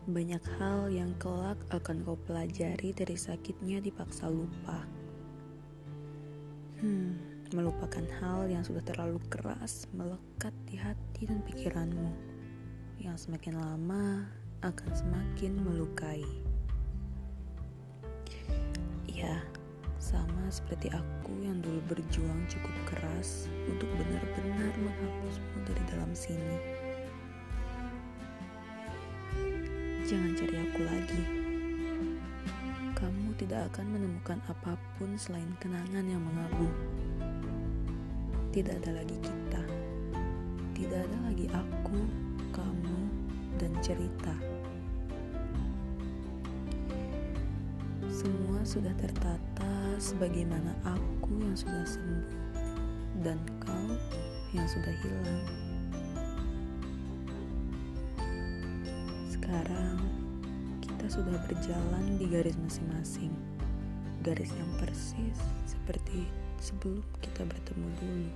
Banyak hal yang kelak akan kau pelajari dari sakitnya dipaksa lupa. Melupakan hal yang sudah terlalu keras melekat di hati dan pikiranmu, yang semakin lama akan semakin melukai. Ya, sama seperti aku yang dulu berjuang cukup keras untuk benar-benar menghapusmu dari dalam sini. Jangan cari aku lagi. Kamu tidak akan menemukan apapun selain kenangan yang mengabung. Tidak ada lagi kita. Tidak ada lagi aku, kamu, dan cerita. Semua sudah tertata sebagaimana aku yang sudah sembuh dan kau yang sudah hilang. Sekarang kita sudah berjalan di garis masing-masing, garis yang persis seperti sebelum kita bertemu dulu.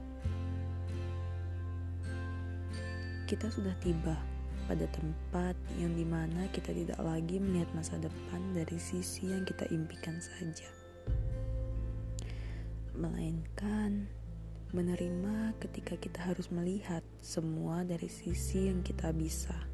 Kita sudah tiba pada tempat yang dimana kita tidak lagi melihat masa depan dari sisi yang kita impikan saja, melainkan menerima ketika kita harus melihat semua dari sisi yang kita bisa.